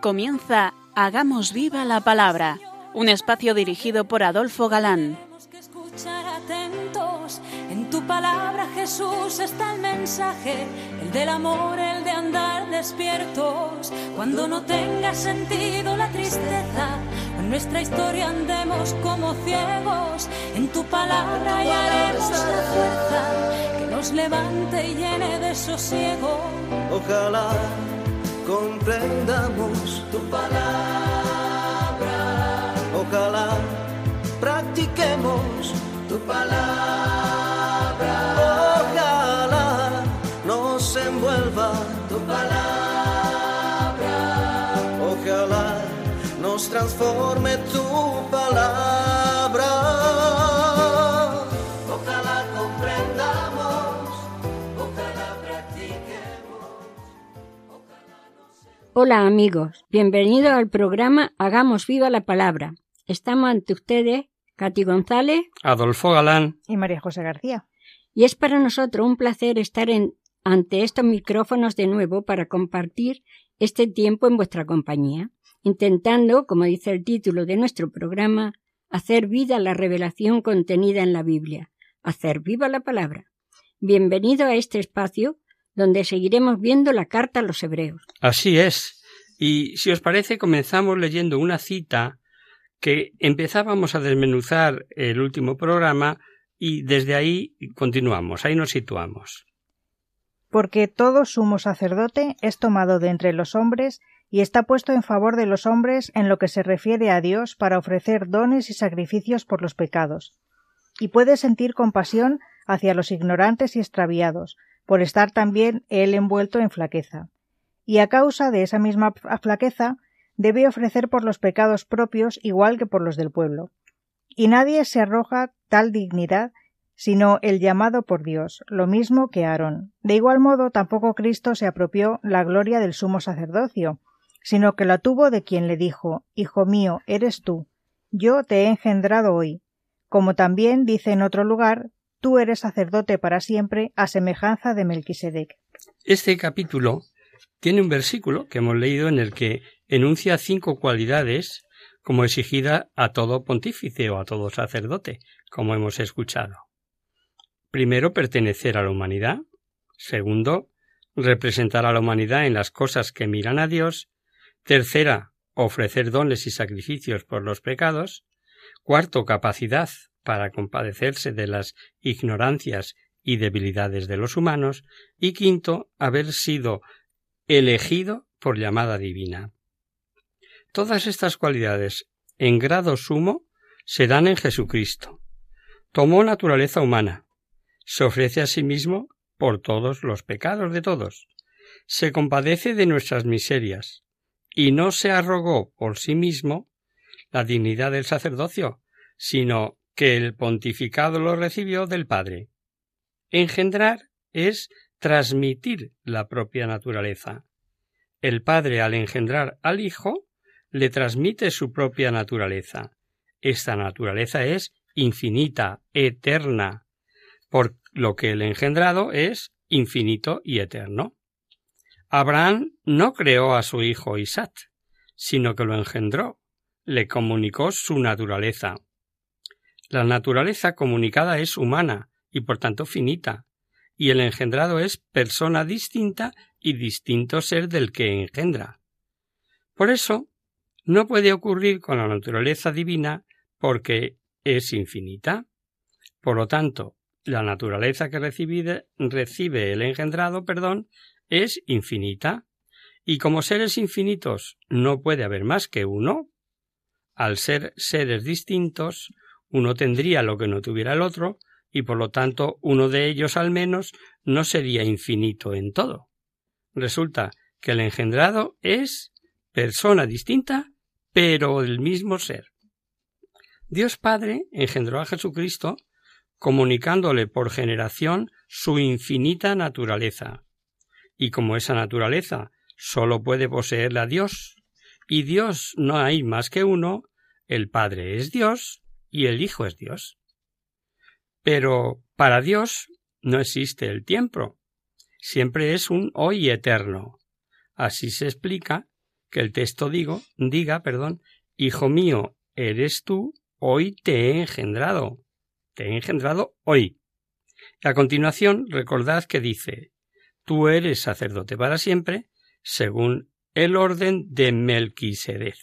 Comienza Hagamos Viva la Palabra, un espacio dirigido por Adolfo Galán. Tenemos que escuchar atentos. En tu palabra, Jesús, está el mensaje, el del amor, el de andar despiertos. Cuando no tenga sentido la tristeza, en nuestra historia andemos como ciegos. En tu palabra hallaremos la fuerza que nos levante y llene de sosiego. Ojalá comprendamos tu palabra. Ojalá practiquemos tu palabra. Ojalá nos envuelva tu palabra. Ojalá nos transforme tu palabra. Ojalá comprendamos, ojalá practiquemos. Hola amigos, bienvenidos al programa Hagamos Viva la Palabra. Estamos ante ustedes, Katy González, Adolfo Galán y María José García. Y es para nosotros un placer estar ante estos micrófonos de nuevo para compartir este tiempo en vuestra compañía, intentando, como dice el título de nuestro programa, hacer vida la revelación contenida en la Biblia, hacer viva la palabra. Bienvenido a este espacio donde seguiremos viendo la carta a los hebreos. Así es. Y si os parece, comenzamos leyendo una cita que empezábamos a desmenuzar el último programa y desde ahí continuamos, ahí nos situamos. Porque todo sumo sacerdote es tomado de entre los hombres y está puesto en favor de los hombres en lo que se refiere a Dios para ofrecer dones y sacrificios por los pecados. Y puede sentir compasión hacia los ignorantes y extraviados, por estar también él envuelto en flaqueza. Y a causa de esa misma flaqueza, debe ofrecer por los pecados propios igual que por los del pueblo. Y nadie se arroja tal dignidad, sino el llamado por Dios, lo mismo que Aarón. De igual modo, tampoco Cristo se apropió la gloria del sumo sacerdocio, sino que la tuvo de quien le dijo: Hijo mío, eres tú, yo te he engendrado hoy. Como también dice en otro lugar: Tú eres sacerdote para siempre, a semejanza de Melquisedec. Este capítulo tiene un versículo que hemos leído en el que enuncia 5 cualidades como exigida a todo pontífice o a todo sacerdote, como hemos escuchado. Primero, pertenecer a la humanidad. Segundo, representar a la humanidad en las cosas que miran a Dios. Tercera, ofrecer dones y sacrificios por los pecados. Cuarto, capacidad para compadecerse de las ignorancias y debilidades de los humanos. Y quinto, haber sido elegido por llamada divina. Todas estas cualidades, en grado sumo, se dan en Jesucristo. Tomó naturaleza humana, se ofrece a sí mismo por todos los pecados de todos, se compadece de nuestras miserias, y no se arrogó por sí mismo la dignidad del sacerdocio, sino que el pontificado lo recibió del Padre. Engendrar es transmitir la propia naturaleza. El Padre, al engendrar al Hijo, le transmite su propia naturaleza. Esta naturaleza es infinita, eterna, por lo que el engendrado es infinito y eterno. Abraham no creó a su hijo Isaac, sino que lo engendró, le comunicó su naturaleza. La naturaleza comunicada es humana y por tanto finita, y el engendrado es persona distinta y distinto ser del que engendra. Por eso, no puede ocurrir con la naturaleza divina porque es infinita. Por lo tanto, la naturaleza que recibe el engendrado, es infinita. Y como seres infinitos no puede haber más que uno, al ser seres distintos, uno tendría lo que no tuviera el otro, y por lo tanto uno de ellos al menos no sería infinito en todo. Resulta que el engendrado es persona distinta, pero el mismo ser. Dios Padre engendró a Jesucristo comunicándole por generación su infinita naturaleza. Y como esa naturaleza sólo puede poseerla Dios, y Dios no hay más que uno, el Padre es Dios y el Hijo es Dios. Pero para Dios no existe el tiempo, siempre es un hoy eterno. Así se explica que el texto diga, hijo mío, eres tú, hoy te he engendrado. Te he engendrado hoy. Y a continuación, recordad que dice, tú eres sacerdote para siempre, según el orden de Melquisedec.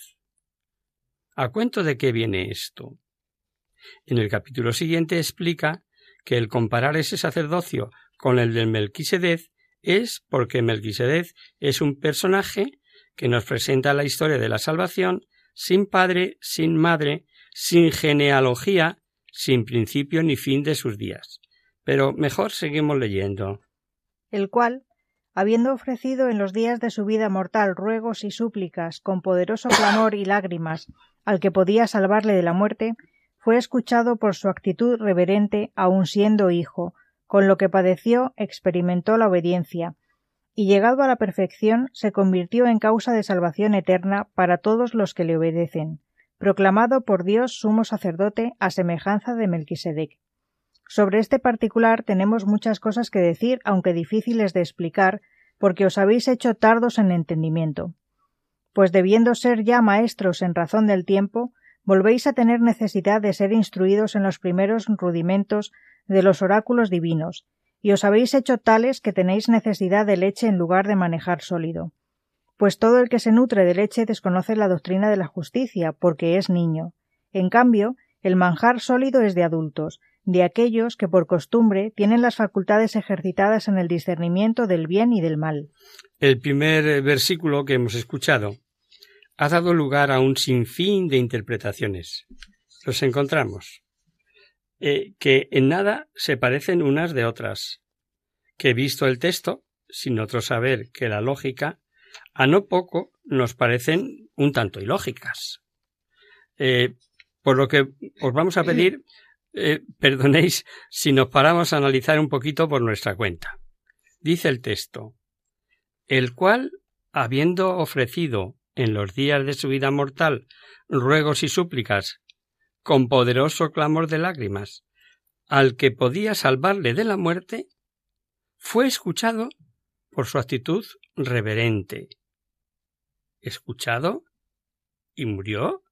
¿A cuento de qué viene esto? En el capítulo siguiente explica que el comparar ese sacerdocio con el de Melquisedec es porque Melquisedec es un personaje que nos presenta la historia de la salvación sin padre, sin madre, sin genealogía, sin principio ni fin de sus días. Pero mejor seguimos leyendo. El cual, habiendo ofrecido en los días de su vida mortal ruegos y súplicas con poderoso clamor y lágrimas al que podía salvarle de la muerte, fue escuchado por su actitud reverente aun siendo hijo, con lo que padeció experimentó la obediencia, y llegado a la perfección se convirtió en causa de salvación eterna para todos los que le obedecen, proclamado por Dios sumo sacerdote a semejanza de Melquisedec. Sobre este particular tenemos muchas cosas que decir, aunque difíciles de explicar, porque os habéis hecho tardos en entendimiento. Pues debiendo ser ya maestros en razón del tiempo, volvéis a tener necesidad de ser instruidos en los primeros rudimentos de los oráculos divinos, y os habéis hecho tales que tenéis necesidad de leche en lugar de manejar sólido. Pues todo el que se nutre de leche desconoce la doctrina de la justicia, porque es niño. En cambio, el manjar sólido es de adultos, de aquellos que por costumbre tienen las facultades ejercitadas en el discernimiento del bien y del mal. El primer versículo que hemos escuchado ha dado lugar a un sinfín de interpretaciones. Los encontramos, que en nada se parecen unas de otras, que visto el texto, sin otro saber que la lógica, a no poco nos parecen un tanto ilógicas. Por lo que os vamos a pedir, perdonéis si nos paramos a analizar un poquito por nuestra cuenta. Dice el texto, el cual, habiendo ofrecido en los días de su vida mortal ruegos y súplicas, con poderoso clamor de lágrimas, al que podía salvarle de la muerte, fue escuchado por su actitud reverente. ¿Escuchado? ¿Y murió?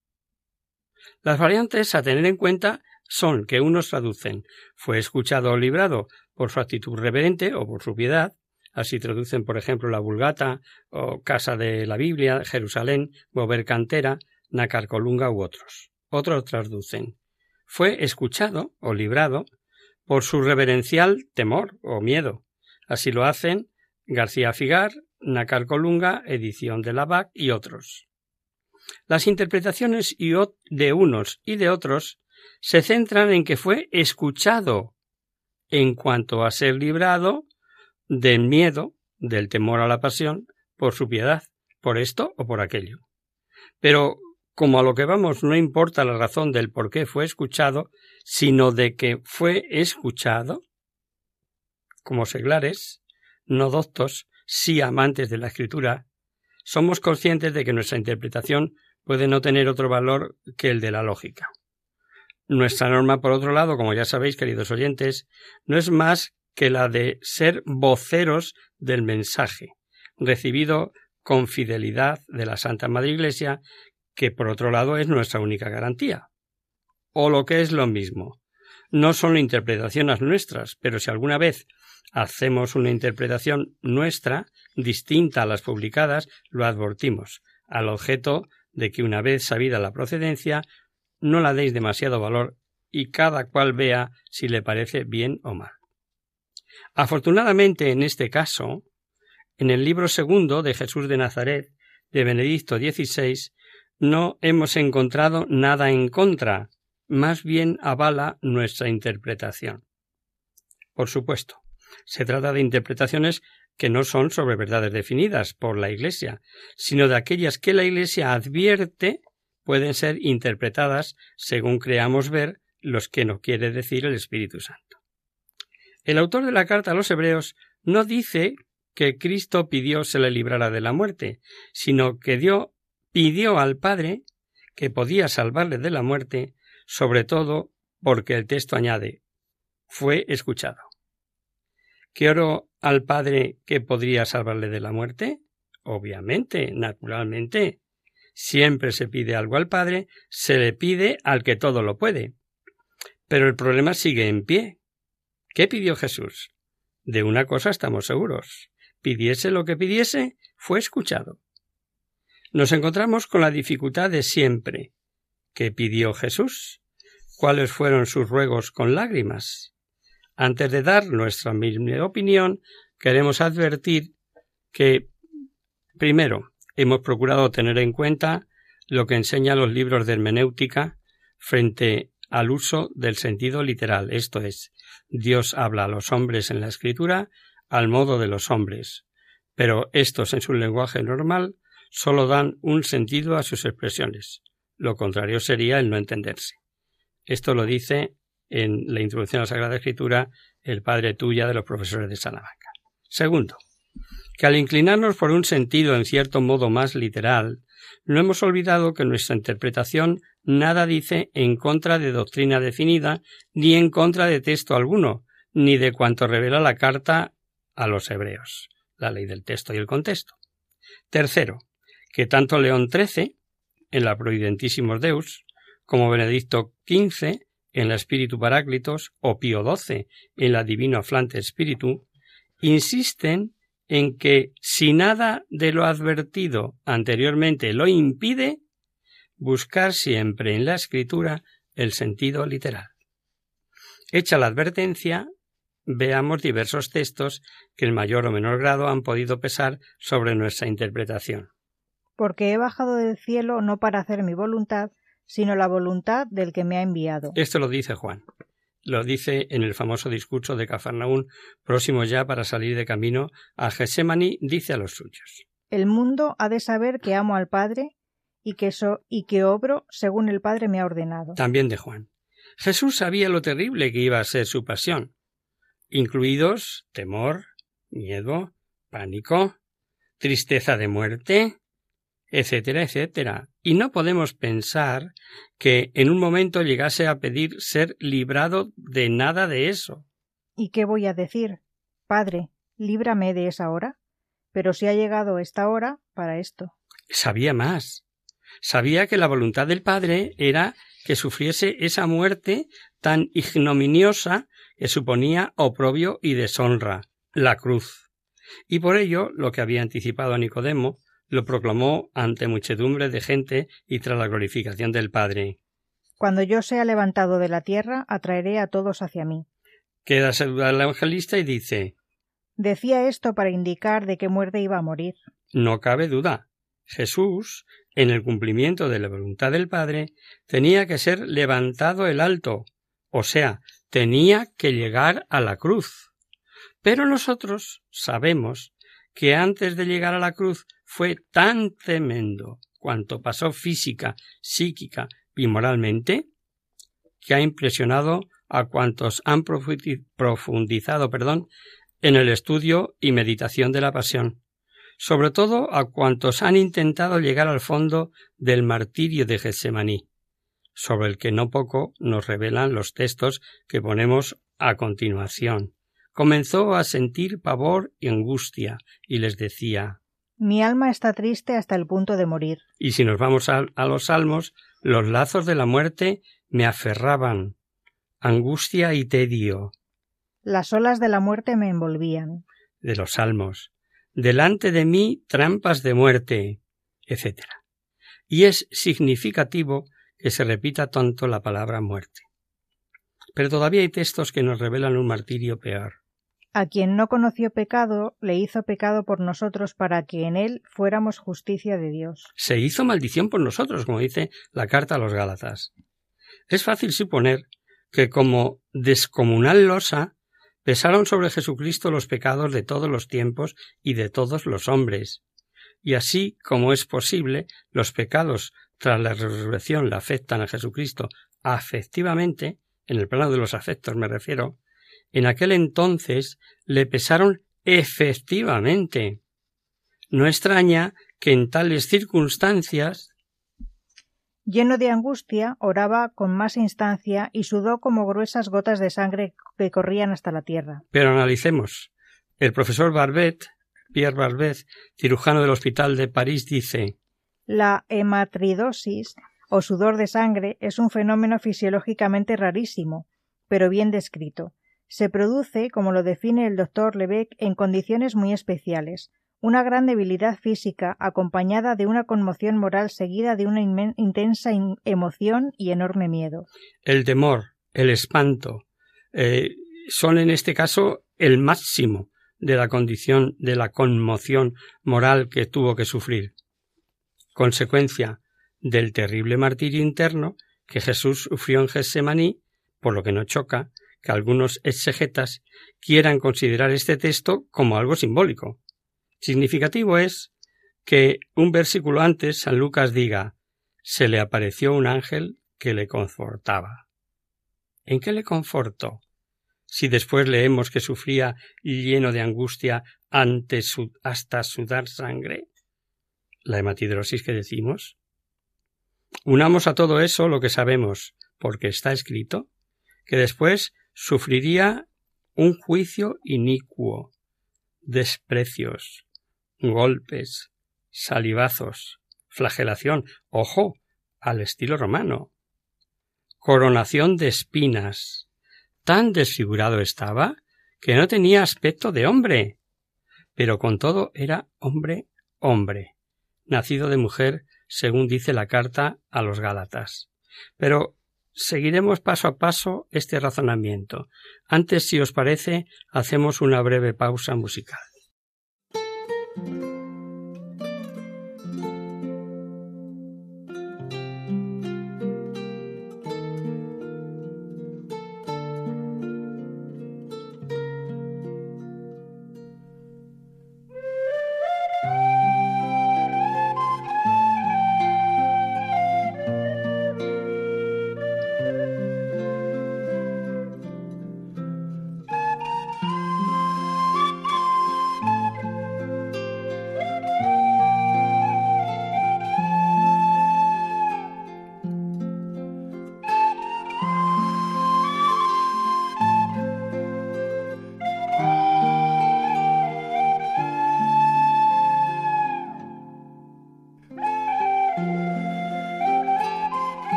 Las variantes a tener en cuenta son que unos traducen fue escuchado o librado por su actitud reverente o por su piedad, así traducen por ejemplo la Vulgata o Casa de la Biblia, Jerusalén, Bover Cantera, Nácar Colunga u otros. Otros traducen fue escuchado o librado por su reverencial temor o miedo. Así lo hacen García Figar, Nácar Colunga, edición de la BAC y otros. Las interpretaciones de unos y de otros se centran en que fue escuchado en cuanto a ser librado del miedo, del temor a la pasión, por su piedad, por esto o por aquello. Pero como a lo que vamos no importa la razón del por qué fue escuchado, sino de que fue escuchado, como seglares, no doctos, sí amantes de la Escritura, somos conscientes de que nuestra interpretación puede no tener otro valor que el de la lógica. Nuestra norma, por otro lado, como ya sabéis, queridos oyentes, no es más que la de ser voceros del mensaje, recibido con fidelidad de la Santa Madre Iglesia, que por otro lado es nuestra única garantía. O lo que es lo mismo, no son interpretaciones nuestras, pero si alguna vez hacemos una interpretación nuestra, distinta a las publicadas, lo advertimos, al objeto de que una vez sabida la procedencia, no la deis demasiado valor y cada cual vea si le parece bien o mal. Afortunadamente, en este caso, en el libro segundo de Jesús de Nazaret, de Benedicto XVI, no hemos encontrado nada en contra, más bien avala nuestra interpretación. Por supuesto, se trata de interpretaciones que no son sobre verdades definidas por la Iglesia, sino de aquellas que la Iglesia advierte pueden ser interpretadas según creamos ver los que nos quiere decir el Espíritu Santo. El autor de la carta a los Hebreos no dice que Cristo pidió se le librara de la muerte, sino que pidió al Padre que podía salvarle de la muerte, sobre todo porque el texto añade, fue escuchado. ¿Qué oró al Padre que podría salvarle de la muerte? obviamente, naturalmente. Siempre se pide algo al Padre, se le pide al que todo lo puede. Pero el problema sigue en pie. ¿Qué pidió Jesús? De una cosa estamos seguros. Pidiese lo que pidiese, fue escuchado. Nos encontramos con la dificultad de siempre. ¿Qué pidió Jesús? ¿Cuáles fueron sus ruegos con lágrimas? Antes de dar nuestra misma opinión, queremos advertir que, primero, hemos procurado tener en cuenta lo que enseñan los libros de hermenéutica frente al uso del sentido literal, esto es, Dios habla a los hombres en la Escritura al modo de los hombres, pero estos en su lenguaje normal solo dan un sentido a sus expresiones. Lo contrario sería el no entenderse. Esto lo dice en la introducción a la Sagrada Escritura el padre Tuya de los profesores de Salamanca. Segundo, que al inclinarnos por un sentido en cierto modo más literal, no hemos olvidado que nuestra interpretación nada dice en contra de doctrina definida, ni en contra de texto alguno, ni de cuanto revela la carta a los hebreos, la ley del texto y el contexto. Tercero, que tanto León XIII, en la Providentissimus Deus, como Benedicto XV, en la Spiritu Paráclitos, o Pío XII, en la Divino Afflante Spiritu, insisten en que si nada de lo advertido anteriormente lo impide, buscar siempre en la Escritura el sentido literal. Hecha la advertencia, veamos diversos textos que en mayor o menor grado han podido pesar sobre nuestra interpretación. Porque he bajado del cielo no para hacer mi voluntad, sino la voluntad del que me ha enviado. Esto lo dice Juan. Lo dice en el famoso discurso de Cafarnaún, próximo ya para salir de camino a Getsemaní, dice a los suyos: El mundo ha de saber que amo al Padre y que obro según el Padre me ha ordenado. También de Juan. Jesús sabía lo terrible que iba a ser su pasión, incluidos temor, miedo, pánico, tristeza de muerte, etcétera, etcétera. Y no podemos pensar que en un momento llegase a pedir ser librado de nada de eso. ¿Y qué voy a decir? Padre, líbrame de esa hora. Pero si ha llegado esta hora para esto. Sabía más. Sabía que la voluntad del Padre era que sufriese esa muerte tan ignominiosa que suponía oprobio y deshonra, la cruz. Y por ello, lo que había anticipado a Nicodemo, lo proclamó ante muchedumbre de gente y tras la glorificación del Padre. Cuando yo sea levantado de la tierra, atraeré a todos hacia mí. Queda saludar al evangelista y dice: Decía esto para indicar de qué muerte iba a morir. No cabe duda. Jesús, en el cumplimiento de la voluntad del Padre, tenía que ser levantado el alto, o sea, tenía que llegar a la cruz. Pero nosotros sabemos que antes de llegar a la cruz fue tan tremendo cuanto pasó física, psíquica y moralmente, que ha impresionado a cuantos han profundizado en el estudio y meditación de la pasión, sobre todo a cuantos han intentado llegar al fondo del martirio de Getsemaní, sobre el que no poco nos revelan los textos que ponemos a continuación. Comenzó a sentir pavor y angustia, y les decía: Mi alma está triste hasta el punto de morir. Y si nos vamos a los salmos, los lazos de la muerte me aferraban, angustia y tedio. Las olas de la muerte me envolvían. De los salmos, delante de mí trampas de muerte, etc. Y es significativo que se repita tanto la palabra muerte. Pero todavía hay textos que nos revelan un martirio peor. A quien no conoció pecado, le hizo pecado por nosotros para que en él fuéramos justicia de Dios. Se hizo maldición por nosotros, como dice la carta a los Gálatas. Es fácil suponer que como descomunal losa pesaron sobre Jesucristo los pecados de todos los tiempos y de todos los hombres. Y así como es posible, los pecados tras la resurrección le afectan a Jesucristo afectivamente, en el plano de los afectos me refiero, en aquel entonces le pesaron efectivamente. No extraña que en tales circunstancias, lleno de angustia, oraba con más instancia y sudó como gruesas gotas de sangre que corrían hasta la tierra. Pero analicemos. El profesor Barbet, Pierre Barbet, cirujano del Hospital de París, dice: la hematridosis o sudor de sangre es un fenómeno fisiológicamente rarísimo, pero bien descrito. Se produce, como lo define el doctor Lebec, en condiciones muy especiales, una gran debilidad física acompañada de una conmoción moral seguida de una intensa emoción y enorme miedo. El temor, el espanto, son en este caso el máximo de la condición de la conmoción moral que tuvo que sufrir, consecuencia del terrible martirio interno que Jesús sufrió en Getsemaní, por lo que no choca que algunos exegetas quieran considerar este texto como algo simbólico. Significativo es que un versículo antes San Lucas diga: se le apareció un ángel que le confortaba. ¿En qué le confortó? Si después leemos que sufría lleno de angustia hasta sudar sangre. ¿La hematidrosis que decimos? Unamos a todo eso lo que sabemos, porque está escrito, que después sufriría un juicio inicuo, desprecios, golpes, salivazos, flagelación, ojo, al estilo romano, coronación de espinas. Tan desfigurado estaba que no tenía aspecto de hombre, pero con todo era hombre, nacido de mujer, según dice la carta a los Gálatas. Pero seguiremos paso a paso este razonamiento. Antes, si os parece, hacemos una breve pausa musical.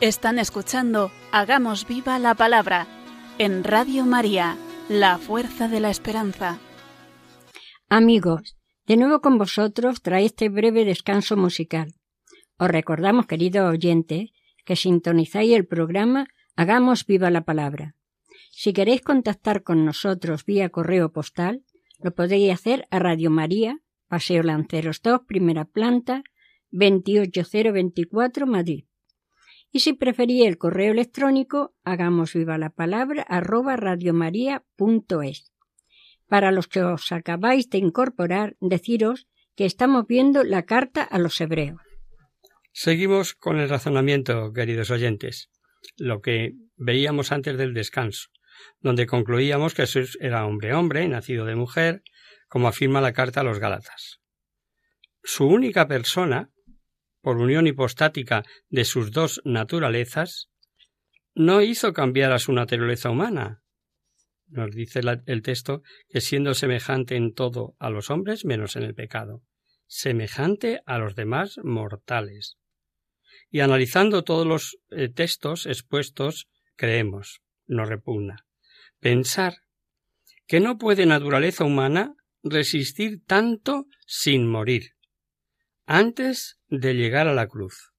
Están escuchando Hagamos viva la palabra en Radio María, la fuerza de la esperanza. Amigos, de nuevo con vosotros trae este breve descanso musical. Os recordamos, queridos oyentes, que sintonizáis el programa Hagamos viva la palabra. Si queréis contactar con nosotros vía correo postal, lo podéis hacer a Radio María, Paseo Lanceros 2, primera planta, 28024, Madrid. Y si preferís el correo electrónico, hagamosvivalapalabra@radiomaria.es. Para los que os acabáis de incorporar, deciros que estamos viendo la carta a los hebreos. Seguimos con el razonamiento, queridos oyentes, lo que veíamos antes del descanso, donde concluíamos que Jesús era hombre, nacido de mujer, como afirma la carta a los Gálatas. Su única persona, por unión hipostática de sus dos naturalezas, no hizo cambiar a su naturaleza humana. Nos dice el texto que siendo semejante en todo a los hombres, menos en el pecado, semejante a los demás mortales. Y analizando todos los textos expuestos, creemos, nos repugna, pensar que no puede naturaleza humana resistir tanto sin morir, antes de llegar a la cruz.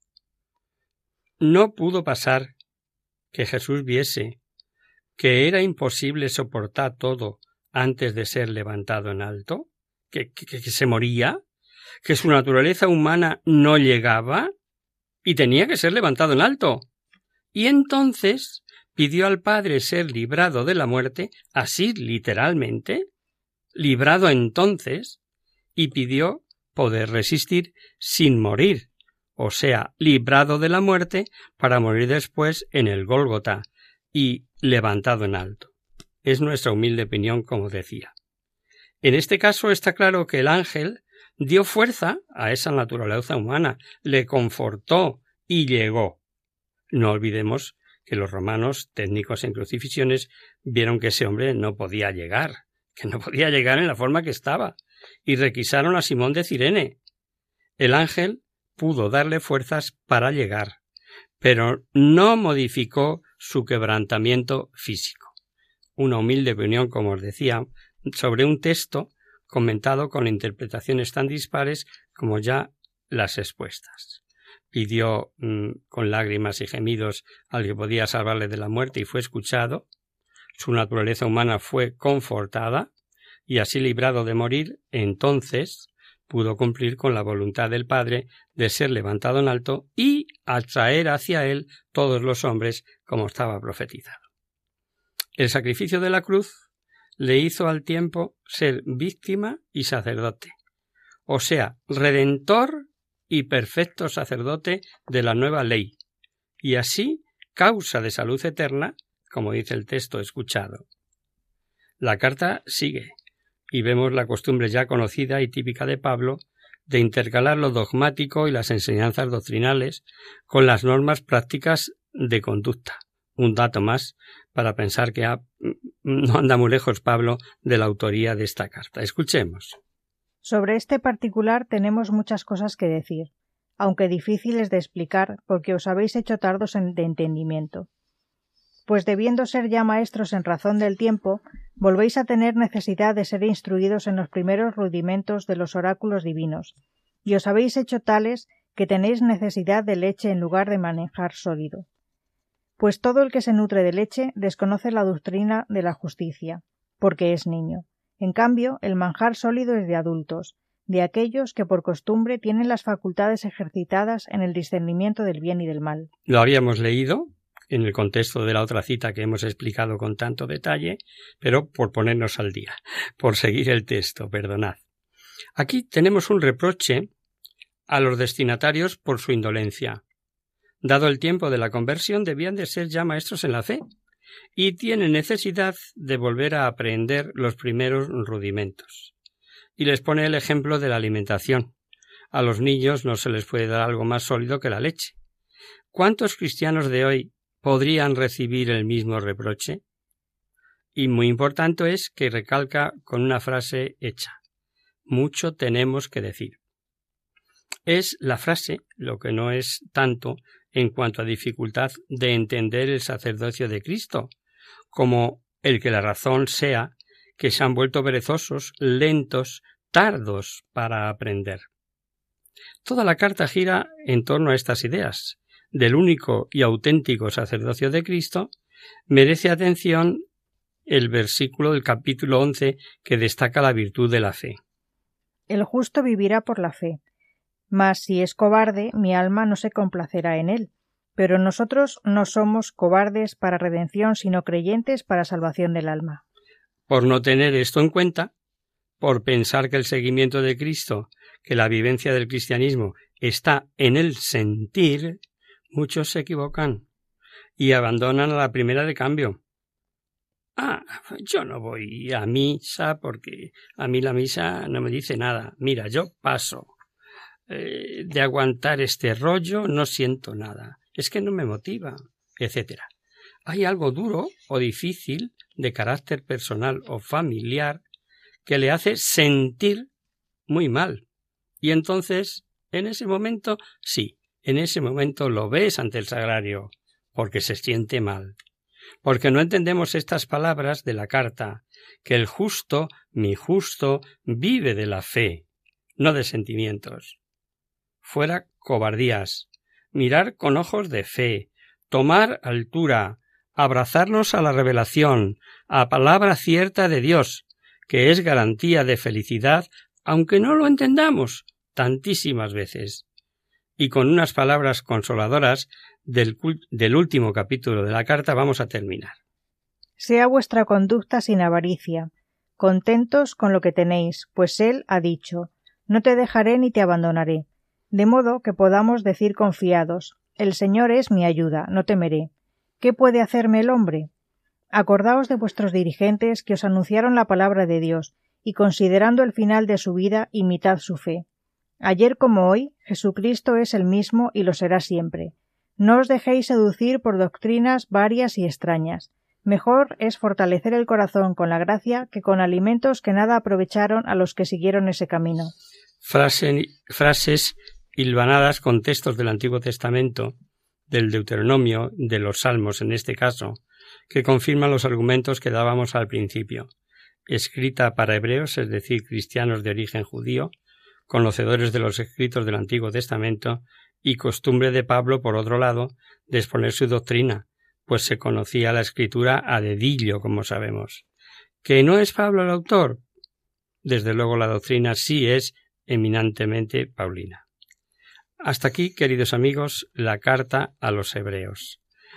No pudo pasar que Jesús viese que era imposible soportar todo antes de ser levantado en alto, que se moría, que su naturaleza humana no llegaba y tenía que ser levantado en alto. Y entonces pidió al Padre ser librado de la muerte, así literalmente, librado entonces, y pidió poder resistir sin morir, o sea, librado de la muerte para morir después en el Gólgota y levantado en alto. Es nuestra humilde opinión, como decía. En este caso está claro que el ángel dio fuerza a esa naturaleza humana, le confortó y llegó. No olvidemos que los romanos, técnicos en crucifixiones, vieron que ese hombre no podía llegar, que no podía llegar en la forma que estaba, y requisaron a Simón de Cirene. El ángel pudo darle fuerzas para llegar, pero no modificó su quebrantamiento físico. Una humilde opinión, como os decía, sobre un texto comentado con interpretaciones tan dispares como ya las expuestas. Pidió con lágrimas y gemidos al que podía salvarle de la muerte y fue escuchado. Su naturaleza humana fue confortada y así librado de morir, entonces pudo cumplir con la voluntad del Padre de ser levantado en alto y atraer hacia él todos los hombres como estaba profetizado. El sacrificio de la cruz le hizo al tiempo ser víctima y sacerdote, o sea, redentor y perfecto sacerdote de la nueva ley, y así causa de salud eterna, como dice el texto escuchado. La carta sigue, y vemos la costumbre ya conocida y típica de Pablo de intercalar lo dogmático y las enseñanzas doctrinales con las normas prácticas de conducta. Un dato más para pensar que no anda muy lejos Pablo de la autoría de esta carta. Escuchemos. Sobre este particular tenemos muchas cosas que decir, aunque difíciles de explicar porque os habéis hecho tardos de entendimiento. Pues debiendo ser ya maestros en razón del tiempo, volvéis a tener necesidad de ser instruidos en los primeros rudimentos de los oráculos divinos, y os habéis hecho tales que tenéis necesidad de leche en lugar de manjar sólido. Pues todo el que se nutre de leche desconoce la doctrina de la justicia, porque es niño. En cambio, el manjar sólido es de adultos, de aquellos que por costumbre tienen las facultades ejercitadas en el discernimiento del bien y del mal. Lo habíamos leído en el contexto de la otra cita que hemos explicado con tanto detalle, pero por ponernos al día, por seguir el texto, perdonad. Aquí tenemos un reproche a los destinatarios por su indolencia. Dado el tiempo de la conversión, debían de ser ya maestros en la fe, y tienen necesidad de volver a aprender los primeros rudimentos. Y les pone el ejemplo de la alimentación. A los niños no se les puede dar algo más sólido que la leche. ¿Cuántos cristianos de hoy podrían recibir el mismo reproche? Y muy importante es que recalca con una frase hecha. Mucho tenemos que decir. Es la frase, lo que no es tanto, en cuanto a dificultad de entender el sacerdocio de Cristo, como el que la razón sea que se han vuelto perezosos, lentos, tardos para aprender. Toda la carta gira en torno a estas ideas. Del único y auténtico sacerdocio de Cristo merece atención el versículo del capítulo 11 que destaca la virtud de la fe. El justo vivirá por la fe. Mas si es cobarde, mi alma no se complacerá en él. Pero nosotros no somos cobardes para redención, sino creyentes para salvación del alma. Por no tener esto en cuenta, por pensar que el seguimiento de Cristo, que la vivencia del cristianismo está en el sentir, muchos se equivocan y abandonan a la primera de cambio. Yo no voy a misa porque a mí la misa no me dice nada. Mira, yo paso. De aguantar este rollo no siento nada. Es que no me motiva, etc. Hay algo duro o difícil de carácter personal o familiar que le hace sentir muy mal. Y entonces, en ese momento, sí, en ese momento lo ves ante el sagrario, porque se siente mal. Porque no entendemos estas palabras de la carta, que el justo, mi justo, vive de la fe, no de sentimientos. Fuera cobardías, mirar con ojos de fe, tomar altura, abrazarnos a la revelación, a palabra cierta de Dios, que es garantía de felicidad, aunque no lo entendamos tantísimas veces. Y con unas palabras consoladoras del último capítulo de la carta vamos a terminar. Sea vuestra conducta sin avaricia, contentos con lo que tenéis, pues Él ha dicho, no te dejaré ni te abandonaré, de modo que podamos decir confiados, el Señor es mi ayuda, no temeré. ¿Qué puede hacerme el hombre? Acordaos de vuestros dirigentes que os anunciaron la palabra de Dios, y considerando el final de su vida, imitad su fe. Ayer como hoy, Jesucristo es el mismo y lo será siempre. No os dejéis seducir por doctrinas varias y extrañas. Mejor es fortalecer el corazón con la gracia que con alimentos que nada aprovecharon a los que siguieron ese camino. Frases hilvanadas con textos del Antiguo Testamento, del Deuteronomio, de los Salmos en este caso, que confirman los argumentos que dábamos al principio. Escrita para hebreos, es decir, cristianos de origen judío, conocedores de los escritos del Antiguo Testamento, y costumbre de Pablo, por otro lado, de exponer su doctrina, pues se conocía la Escritura a dedillo, como sabemos. ¿Que no es Pablo el autor? Desde luego la doctrina sí es eminentemente paulina. Hasta aquí, queridos amigos, la carta a los hebreos.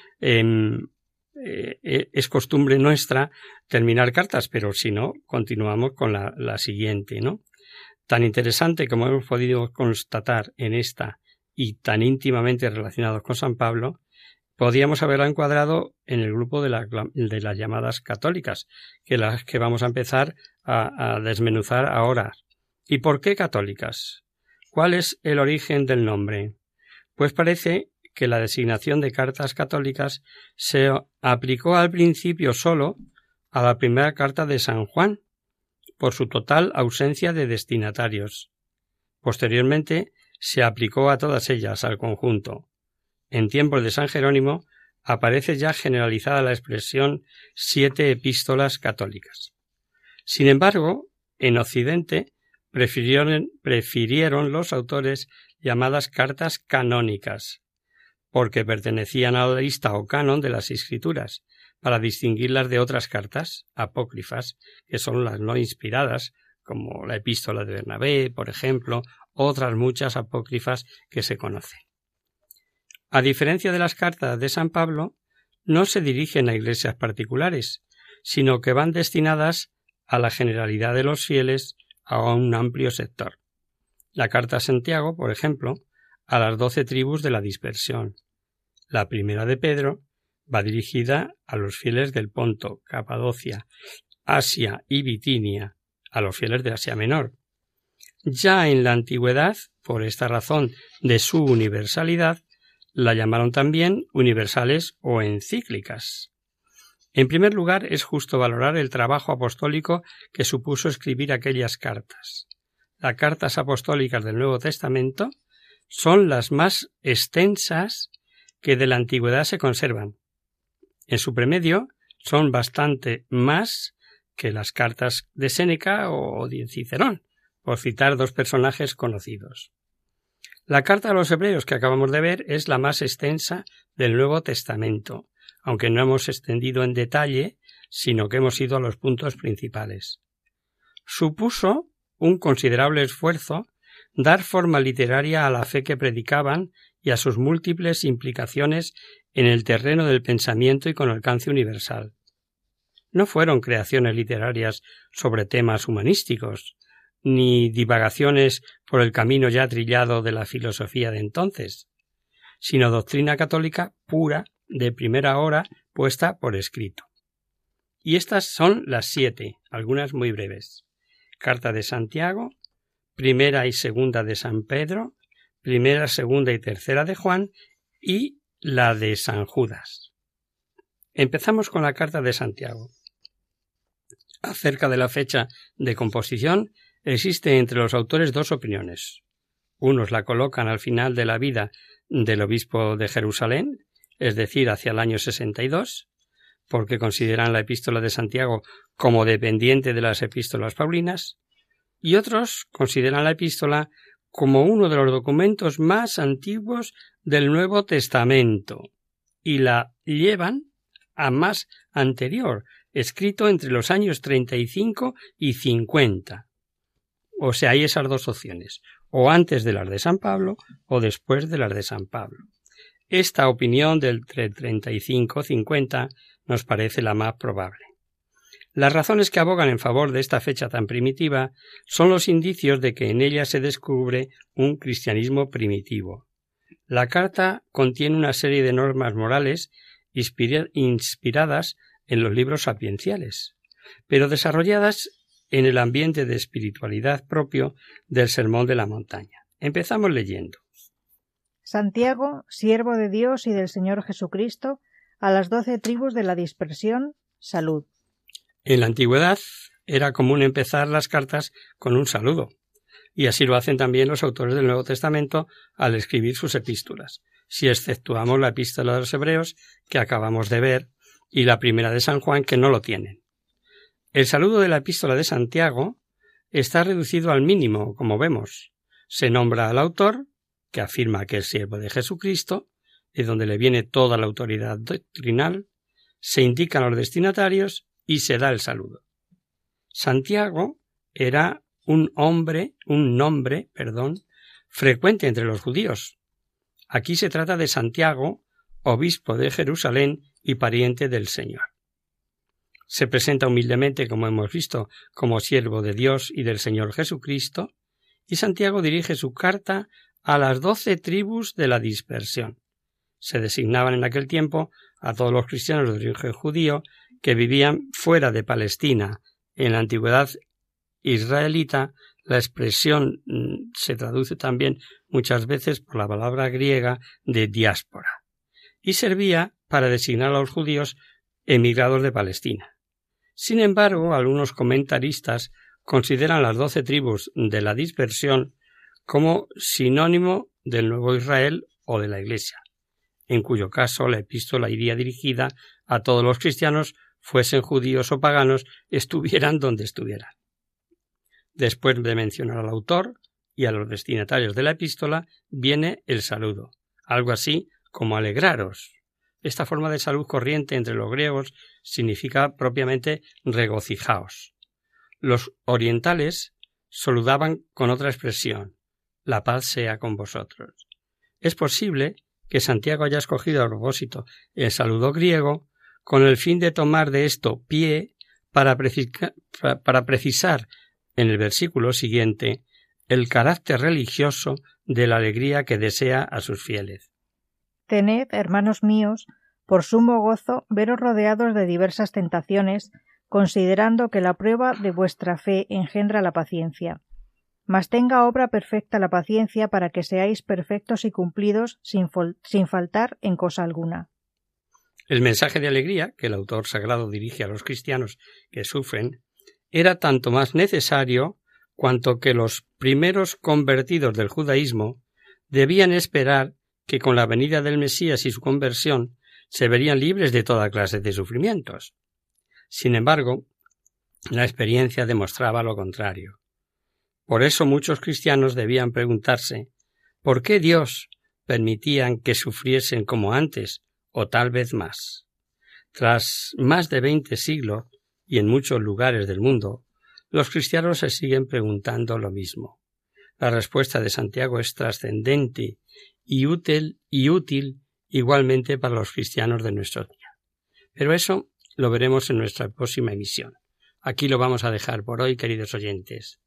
Es costumbre nuestra terminar cartas, pero si no, continuamos con la siguiente, ¿no? Tan interesante como hemos podido constatar en esta y tan íntimamente relacionados con San Pablo, podríamos haberla encuadrado en el grupo de las llamadas católicas, que las que vamos a empezar a desmenuzar ahora. ¿Y por qué católicas? ¿Cuál es el origen del nombre? Pues parece que la designación de cartas católicas se aplicó al principio solo a la primera carta de San Juan, por su total ausencia de destinatarios. Posteriormente se aplicó a todas ellas, al conjunto. En tiempos de San Jerónimo aparece ya generalizada la expresión 7 epístolas católicas. Sin embargo, en Occidente prefirieron los autores llamadas cartas canónicas, porque pertenecían a la lista o canon de las Escrituras, para distinguirlas de otras cartas apócrifas, que son las no inspiradas, como la epístola de Bernabé, por ejemplo, otras muchas apócrifas que se conocen. A diferencia de las cartas de San Pablo, no se dirigen a iglesias particulares, sino que van destinadas a la generalidad de los fieles, a un amplio sector. La carta a Santiago, por ejemplo, a las 12 tribus de la dispersión. La primera de Pedro va dirigida a los fieles del Ponto, Capadocia, Asia y Bitinia, a los fieles de Asia Menor. Ya en la antigüedad, por esta razón de su universalidad, la llamaron también universales o encíclicas. En primer lugar, es justo valorar el trabajo apostólico que supuso escribir aquellas cartas. Las cartas apostólicas del Nuevo Testamento son las más extensas que de la antigüedad se conservan. En su premedio son bastante más que las cartas de Séneca o de Cicerón, por citar dos personajes conocidos. La carta a los Hebreos que acabamos de ver es la más extensa del Nuevo Testamento, aunque no hemos extendido en detalle, sino que hemos ido a los puntos principales. Supuso un considerable esfuerzo dar forma literaria a la fe que predicaban y a sus múltiples implicaciones en el terreno del pensamiento y con alcance universal. No fueron creaciones literarias sobre temas humanísticos, ni divagaciones por el camino ya trillado de la filosofía de entonces, sino doctrina católica pura de primera hora puesta por escrito. Y estas son las 7, algunas muy breves. Carta de Santiago, primera y segunda de San Pedro, primera, segunda y tercera de Juan y la de San Judas. Empezamos con la carta de Santiago. Acerca de la fecha de composición existe entre los autores dos opiniones. Unos la colocan al final de la vida del obispo de Jerusalén, es decir, hacia el año 62, porque consideran la epístola de Santiago como dependiente de las epístolas paulinas, y otros consideran la epístola como uno de los documentos más antiguos del Nuevo Testamento, y la llevan a más anterior, escrito entre los años 35 y 50. O sea, hay esas dos opciones, o antes de las de San Pablo o después de las de San Pablo. Esta opinión del 35-50 nos parece la más probable. Las razones que abogan en favor de esta fecha tan primitiva son los indicios de que en ella se descubre un cristianismo primitivo. La carta contiene una serie de normas morales inspiradas en los libros sapienciales, pero desarrolladas en el ambiente de espiritualidad propio del Sermón de la Montaña. Empezamos leyendo. Santiago, siervo de Dios y del Señor Jesucristo, a las 12 tribus de la dispersión, salud. En la antigüedad era común empezar las cartas con un saludo, y así lo hacen también los autores del Nuevo Testamento al escribir sus epístolas, si exceptuamos la epístola de los Hebreos que acabamos de ver y la primera de San Juan que no lo tienen. El saludo de la epístola de Santiago está reducido al mínimo, como vemos. Se nombra al autor, que afirma que es siervo de Jesucristo, de donde le viene toda la autoridad doctrinal, se indican los destinatarios y se da el saludo. Santiago era un nombre, frecuente entre los judíos. Aquí se trata de Santiago, obispo de Jerusalén y pariente del Señor. Se presenta humildemente, como hemos visto, como siervo de Dios y del Señor Jesucristo, y Santiago dirige su carta a las 12 tribus de la dispersión. Se designaban en aquel tiempo a todos los cristianos de origen judío que vivían fuera de Palestina. En la antigüedad israelita, la expresión se traduce también muchas veces por la palabra griega de diáspora, y servía para designar a los judíos emigrados de Palestina. Sin embargo, algunos comentaristas consideran las 12 tribus de la dispersión como sinónimo del Nuevo Israel o de la Iglesia, en cuyo caso la epístola iría dirigida a todos los cristianos, fuesen judíos o paganos, estuvieran donde estuvieran. Después de mencionar al autor y a los destinatarios de la epístola, viene el saludo, algo así como alegraros. Esta forma de salud corriente entre los griegos significa propiamente regocijaos. Los orientales saludaban con otra expresión, la paz sea con vosotros. Es posible que Santiago haya escogido a propósito el saludo griego con el fin de tomar de esto pie para precisar en el versículo siguiente el carácter religioso de la alegría que desea a sus fieles. Tened, hermanos míos, por sumo gozo veros rodeados de diversas tentaciones, considerando que la prueba de vuestra fe engendra la paciencia. Mas tenga obra perfecta la paciencia para que seáis perfectos y cumplidos sin faltar en cosa alguna. El mensaje de alegría que el autor sagrado dirige a los cristianos que sufren era tanto más necesario cuanto que los primeros convertidos del judaísmo debían esperar que con la venida del Mesías y su conversión se verían libres de toda clase de sufrimientos. Sin embargo, la experiencia demostraba lo contrario. Por eso muchos cristianos debían preguntarse ¿por qué Dios permitían que sufriesen como antes o tal vez más? Tras más de 20 siglos y en muchos lugares del mundo, los cristianos se siguen preguntando lo mismo. La respuesta de Santiago es trascendente y útil igualmente para los cristianos de nuestro día. Pero eso lo veremos en nuestra próxima emisión. Aquí lo vamos a dejar por hoy, queridos oyentes.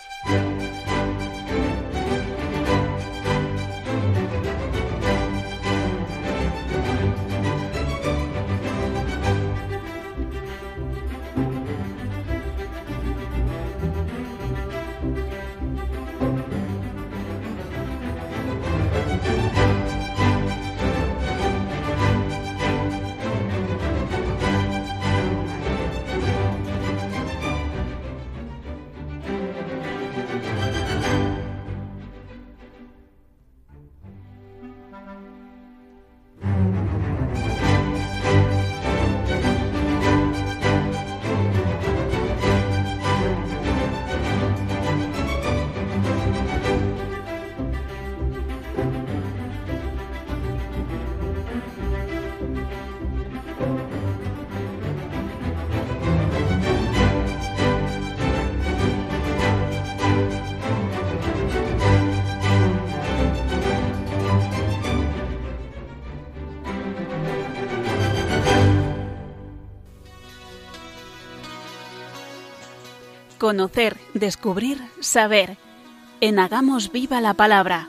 Conocer, descubrir, saber. En Hagamos Viva la Palabra.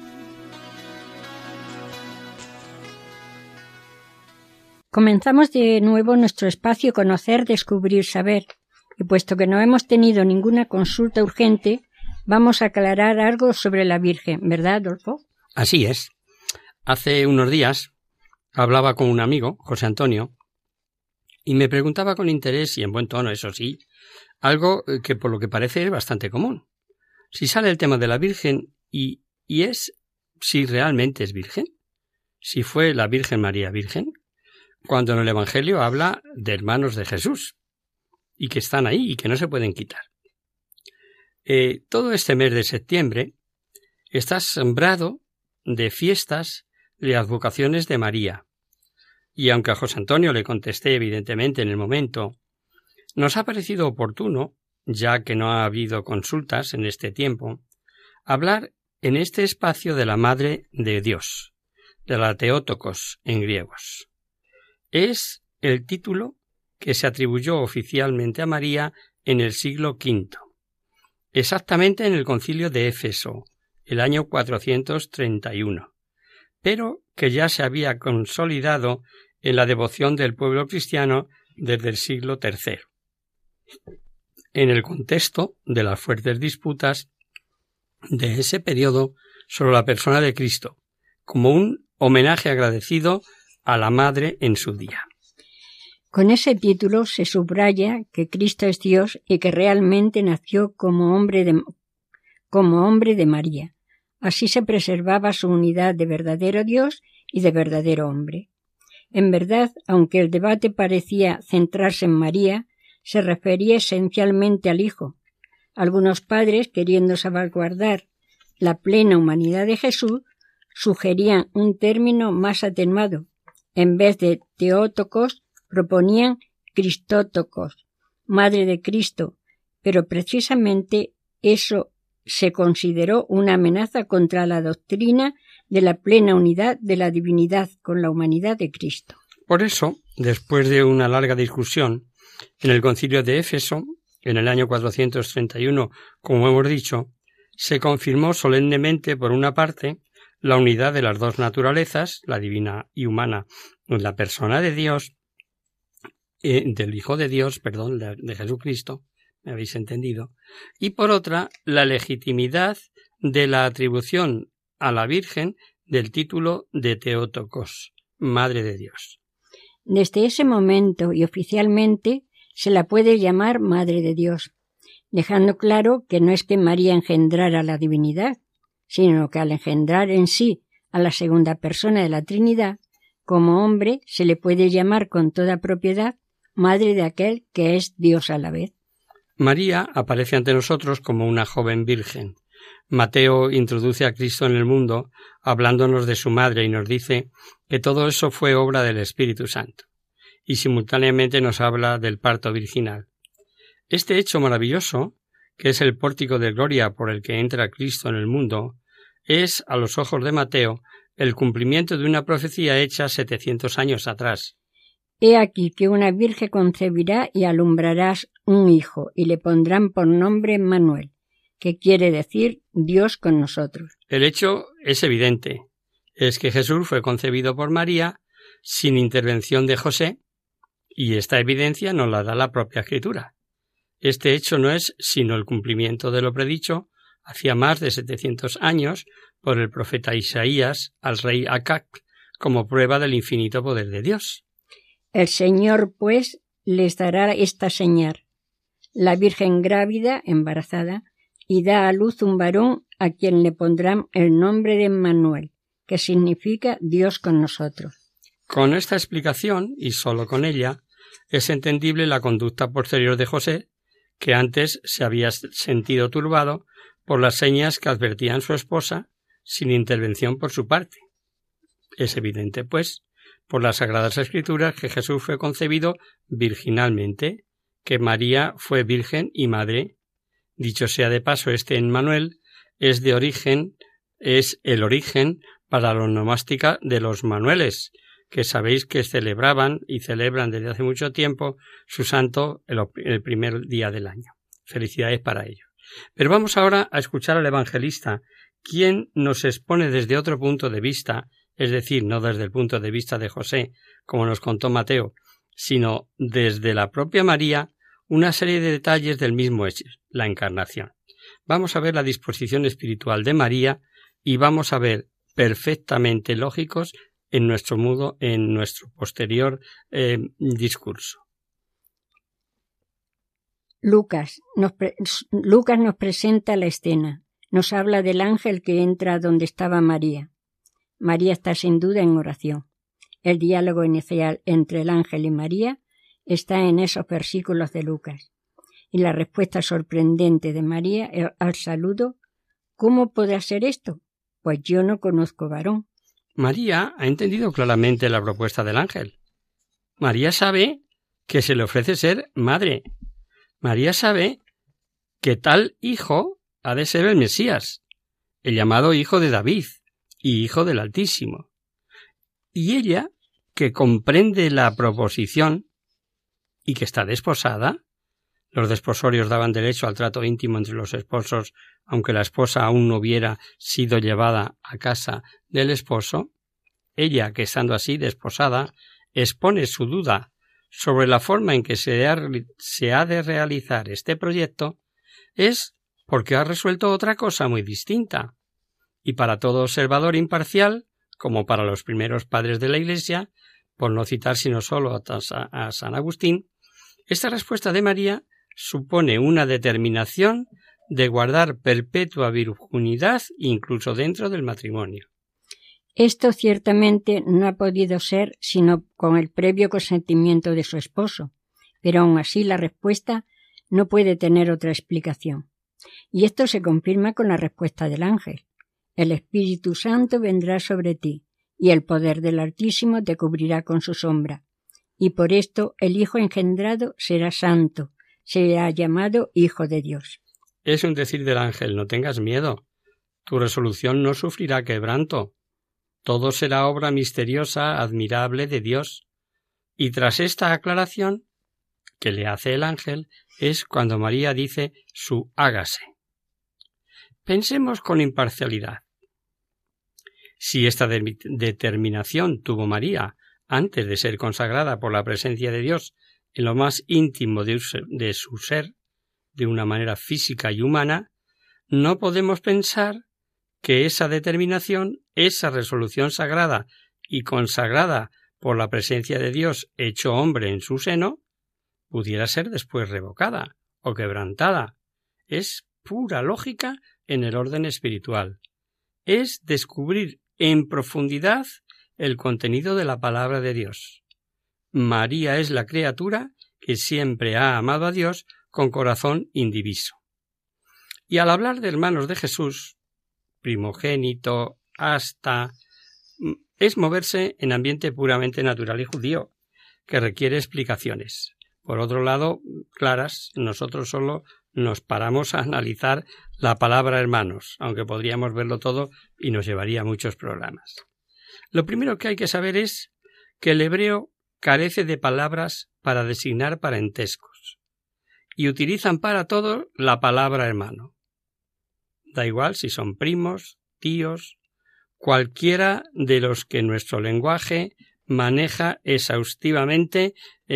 Comenzamos de nuevo nuestro espacio Conocer, descubrir, saber. Y puesto que no hemos tenido ninguna consulta urgente, vamos a aclarar algo sobre la Virgen, ¿verdad, Adolfo? Así es. Hace unos días hablaba con un amigo, José Antonio, y me preguntaba con interés y en buen tono, eso sí, algo que por lo que parece es bastante común. Si sale el tema de la Virgen y es si realmente es Virgen, si fue la Virgen María Virgen, cuando en el Evangelio habla de hermanos de Jesús y que están ahí y que no se pueden quitar. Todo este mes de septiembre está sembrado de fiestas de advocaciones de María. Y aunque a José Antonio le contesté evidentemente en el momento, nos ha parecido oportuno, ya que no ha habido consultas en este tiempo, hablar en este espacio de la Madre de Dios, de la Theotokos en griegos. Es el título que se atribuyó oficialmente a María en el siglo V, exactamente en el Concilio de Éfeso, el año 431, pero que ya se había consolidado en la devoción del pueblo cristiano desde el siglo III, en el contexto de las fuertes disputas de ese periodo sobre la persona de Cristo, como un homenaje agradecido a la Madre en su día. Con ese título se subraya que Cristo es Dios y que realmente nació como hombre de María. Así se preservaba su unidad de verdadero Dios y de verdadero hombre. En verdad, aunque el debate parecía centrarse en María, se refería esencialmente al Hijo. Algunos padres, queriendo salvaguardar la plena humanidad de Jesús, sugerían un término más atenuado. En vez de Theotokos, proponían Christotokos, Madre de Cristo, pero precisamente eso se consideró una amenaza contra la doctrina de la plena unidad de la divinidad con la humanidad de Cristo. Por eso, después de una larga discusión, en el Concilio de Éfeso, en el año 431, como hemos dicho, se confirmó solemnemente, por una parte, la unidad de las dos naturalezas, la divina y humana, en la persona de Dios, del Hijo de Dios, de Jesucristo, me habéis entendido, y por otra, la legitimidad de la atribución a la Virgen del título de Theotokos, Madre de Dios. Desde ese momento y oficialmente se la puede llamar Madre de Dios, dejando claro que no es que María engendrara la divinidad, sino que al engendrar en sí a la segunda persona de la Trinidad, como hombre se le puede llamar con toda propiedad madre de aquel que es Dios a la vez. María aparece ante nosotros como una joven virgen. Mateo introduce a Cristo en el mundo hablándonos de su madre y nos dice que todo eso fue obra del Espíritu Santo, y simultáneamente nos habla del parto virginal. Este hecho maravilloso, que es el pórtico de gloria por el que entra Cristo en el mundo, es, a los ojos de Mateo, el cumplimiento de una profecía hecha 700 años atrás. He aquí que una virgen concebirá y alumbrarás un hijo, y le pondrán por nombre Manuel, que quiere decir Dios con nosotros. El hecho es evidente. Es que Jesús fue concebido por María sin intervención de José, y esta evidencia nos la da la propia Escritura. Este hecho no es sino el cumplimiento de lo predicho hacía más de 700 años por el profeta Isaías al rey Acac, como prueba del infinito poder de Dios. El Señor, pues, les dará esta señal. La Virgen grávida, embarazada, y da a luz un varón a quien le pondrán el nombre de Emmanuel, que significa Dios con nosotros. Con esta explicación, y sólo con ella, es entendible la conducta posterior de José, que antes se había sentido turbado por las señas que advertían su esposa, sin intervención por su parte. Es evidente, pues, por las Sagradas Escrituras, que Jesús fue concebido virginalmente, que María fue virgen y madre. Dicho sea de paso, este Emmanuel es el origen para la onomástica de los Manueles, que sabéis que celebraban y celebran desde hace mucho tiempo su santo el primer día del año. Felicidades para ellos. Pero vamos ahora a escuchar al evangelista, quien nos expone desde otro punto de vista, es decir, no desde el punto de vista de José, como nos contó Mateo, sino desde la propia María, una serie de detalles del mismo hecho, la encarnación. Vamos a ver la disposición espiritual de María y vamos a ver perfectamente lógicos en nuestro posterior discurso. Lucas nos presenta la escena. Nos habla del ángel que entra donde estaba María. María está sin duda en oración. El diálogo inicial entre el ángel y María está en esos versículos de Lucas. Y la respuesta sorprendente de María al saludo: ¿cómo podrá ser esto? Pues yo no conozco varón. María ha entendido claramente la propuesta del ángel. María sabe que se le ofrece ser madre. María sabe que tal hijo ha de ser el Mesías, el llamado hijo de David y hijo del Altísimo. Y ella, que comprende la proposición y que está desposada, los desposorios daban derecho al trato íntimo entre los esposos, aunque la esposa aún no hubiera sido llevada a casa del esposo, ella, que estando así desposada, expone su duda sobre la forma en que se ha de realizar este proyecto, es porque ha resuelto otra cosa muy distinta. Y para todo observador imparcial, como para los primeros padres de la Iglesia, por no citar sino solo a San Agustín, esta respuesta de María supone una determinación de guardar perpetua virginidad incluso dentro del matrimonio. Esto ciertamente no ha podido ser sino con el previo consentimiento de su esposo, pero aun así la respuesta no puede tener otra explicación. Y esto se confirma con la respuesta del ángel: el Espíritu Santo vendrá sobre ti, y el poder del Altísimo te cubrirá con su sombra. Y por esto el Hijo engendrado será santo, será llamado Hijo de Dios. Es un decir del ángel: no tengas miedo, tu resolución no sufrirá quebranto. Todo será obra misteriosa, admirable de Dios. Y tras esta aclaración que le hace el ángel, es cuando María dice su hágase. Pensemos con imparcialidad. Si esta determinación tuvo María antes de ser consagrada por la presencia de Dios en lo más íntimo de su ser, de una manera física y humana, no podemos pensar que esa determinación, esa resolución sagrada y consagrada por la presencia de Dios hecho hombre en su seno, pudiera ser después revocada o quebrantada. Es pura lógica en el orden espiritual. Es descubrir en profundidad el contenido de la palabra de Dios. María es la criatura que siempre ha amado a Dios con corazón indiviso. Y al hablar de hermanos de Jesús, primogénito, hasta, es moverse en ambiente puramente natural y judío, que requiere explicaciones. Por otro lado, claras, nosotros solo nos paramos a analizar la palabra hermanos, aunque podríamos verlo todo y nos llevaría muchos programas. Lo primero que hay que saber es que el hebreo carece de palabras para designar parentescos y utilizan para todo la palabra hermano. Da igual si son primos, tíos, cualquiera de los que nuestro lenguaje maneja exhaustivamente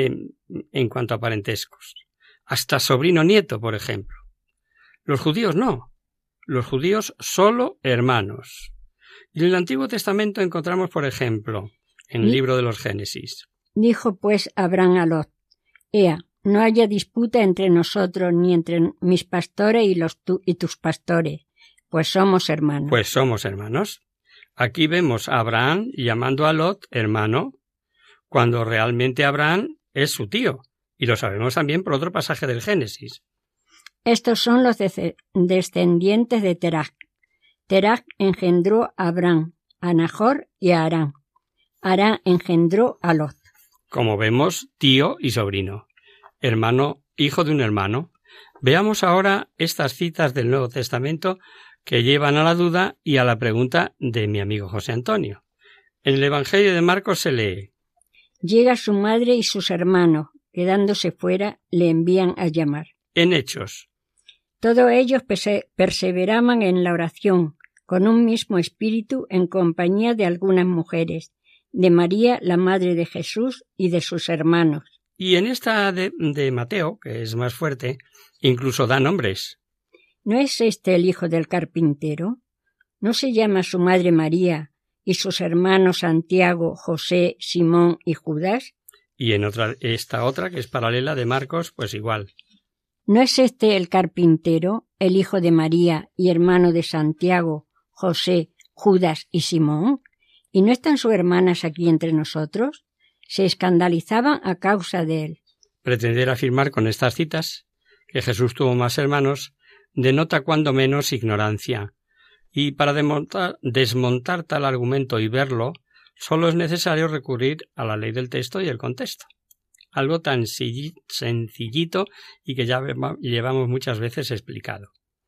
en cuanto a parentescos. Hasta sobrino-nieto, por ejemplo. Los judíos no. Los judíos solo hermanos. Y en el Antiguo Testamento encontramos, por ejemplo, en el libro de los Génesis. Dijo pues Abraham a Lot: Ea, no haya disputa entre nosotros ni entre mis pastores y tus pastores, pues somos hermanos. Pues somos hermanos. Aquí vemos a Abraham llamando a Lot hermano, cuando realmente Abraham es su tío, y lo sabemos también por otro pasaje del Génesis. Estos son los descendientes de Terach. Terach engendró a Abraham, a Nahor y a Harán. Harán engendró a Lot. Como vemos, tío y sobrino, hermano, hijo de un hermano. Veamos ahora estas citas del Nuevo Testamento que llevan a la duda y a la pregunta de mi amigo José Antonio. En el Evangelio de Marcos se lee: Llega su madre y sus hermanos, quedándose fuera, le envían a llamar. En Hechos: Todos ellos perseveraban en la oración, con un mismo espíritu, en compañía de algunas mujeres, de María, la madre de Jesús, y de sus hermanos. Y en esta de Mateo, que es más fuerte, incluso da nombres. ¿No es este el hijo del carpintero? ¿No se llama su madre María y sus hermanos Santiago, José, Simón y Judas? Y en esta otra, que es paralela de Marcos, pues igual. ¿No es este el carpintero, el hijo de María y hermano de Santiago, José, Judas y Simón? ¿Y no están sus hermanas aquí entre nosotros? Se escandalizaban a causa de él. Pretender afirmar con estas citas que Jesús tuvo más hermanos denota cuando menos ignorancia. Y para desmontar tal argumento y verlo, solo es necesario recurrir a la ley del texto y el contexto. Algo tan sencillito y que ya llevamos muchas veces explicado.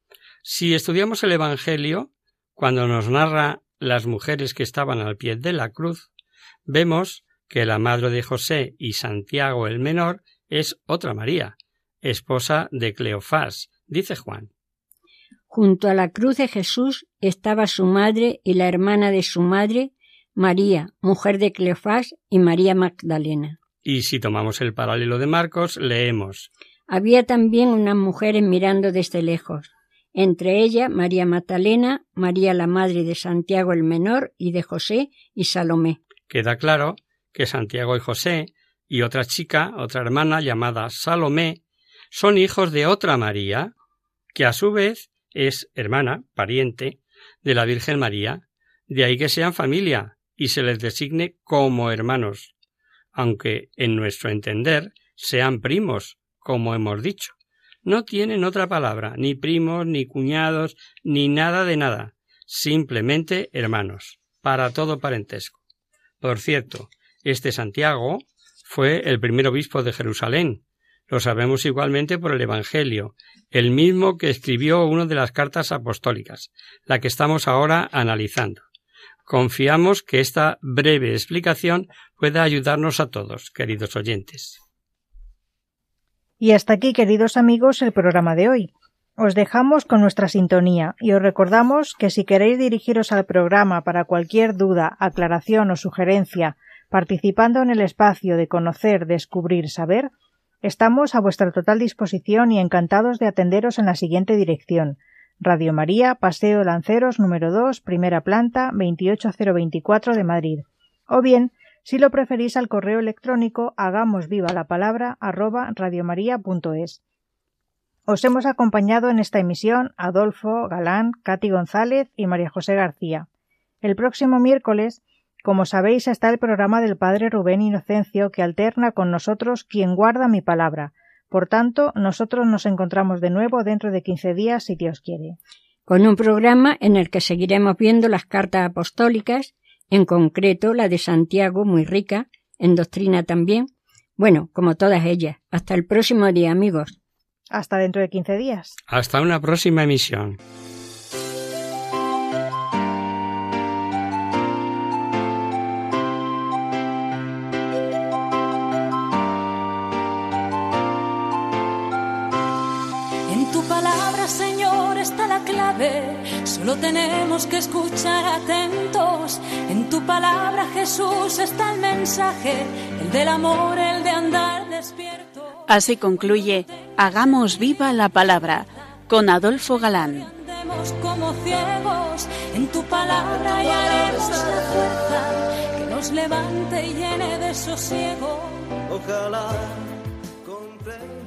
Si estudiamos el Evangelio, cuando nos narra las mujeres que estaban al pie de la cruz, vemos que la madre de José y Santiago el menor es otra María, esposa de Cleofás, dice Juan. Junto a la cruz de Jesús estaba su madre y la hermana de su madre, María, mujer de Cleofás, y María Magdalena. Y si tomamos el paralelo de Marcos, leemos: Había también unas mujeres mirando desde lejos, entre ellas María Magdalena, María la madre de Santiago el menor y de José, y Salomé. Queda claro que Santiago y José y otra chica, otra hermana llamada Salomé, son hijos de otra María, que a su vez es hermana, pariente, de la Virgen María, de ahí que sean familia y se les designe como hermanos, aunque en nuestro entender sean primos, como hemos dicho. No tienen otra palabra, ni primos, ni cuñados, ni nada de nada, simplemente hermanos, para todo parentesco. Por cierto, este Santiago fue el primer obispo de Jerusalén. Lo sabemos igualmente por el Evangelio, el mismo que escribió una de las cartas apostólicas, la que estamos ahora analizando. Confiamos que esta breve explicación pueda ayudarnos a todos, queridos oyentes. Y hasta aquí, queridos amigos, el programa de hoy. Os dejamos con nuestra sintonía y os recordamos que si queréis dirigiros al programa para cualquier duda, aclaración o sugerencia, participando en el espacio de conocer, descubrir, saber, estamos a vuestra total disposición y encantados de atenderos en la siguiente dirección: Radio María, Paseo Lanceros, número 2, primera planta, 28024 de Madrid. O bien, si lo preferís, al correo electrónico hagamosvivalapalabra@radiomaria.es. Os hemos acompañado en esta emisión Adolfo Galán, Katy González y María José García. El próximo miércoles, como sabéis, está el programa del Padre Rubén Inocencio que alterna con nosotros Quien guarda mi palabra. Por tanto, nosotros nos encontramos de nuevo dentro de 15 días, si Dios quiere. Con un programa en el que seguiremos viendo las cartas apostólicas, en concreto la de Santiago, muy rica, en doctrina también. Bueno, como todas ellas. Hasta el próximo día, amigos. Hasta dentro de 15 días. Hasta una próxima emisión. En tu palabra, Señor, está la clave. Solo tenemos que escuchar atentos. En tu palabra, Jesús, está el mensaje, el del amor, el de andar despierto. Así concluye Hagamos viva la palabra, con Adolfo Galán. Andemos como ciegos, en tu palabra y haremos la fuerza que nos levante y llene de sosiego. Ojalá comprenda.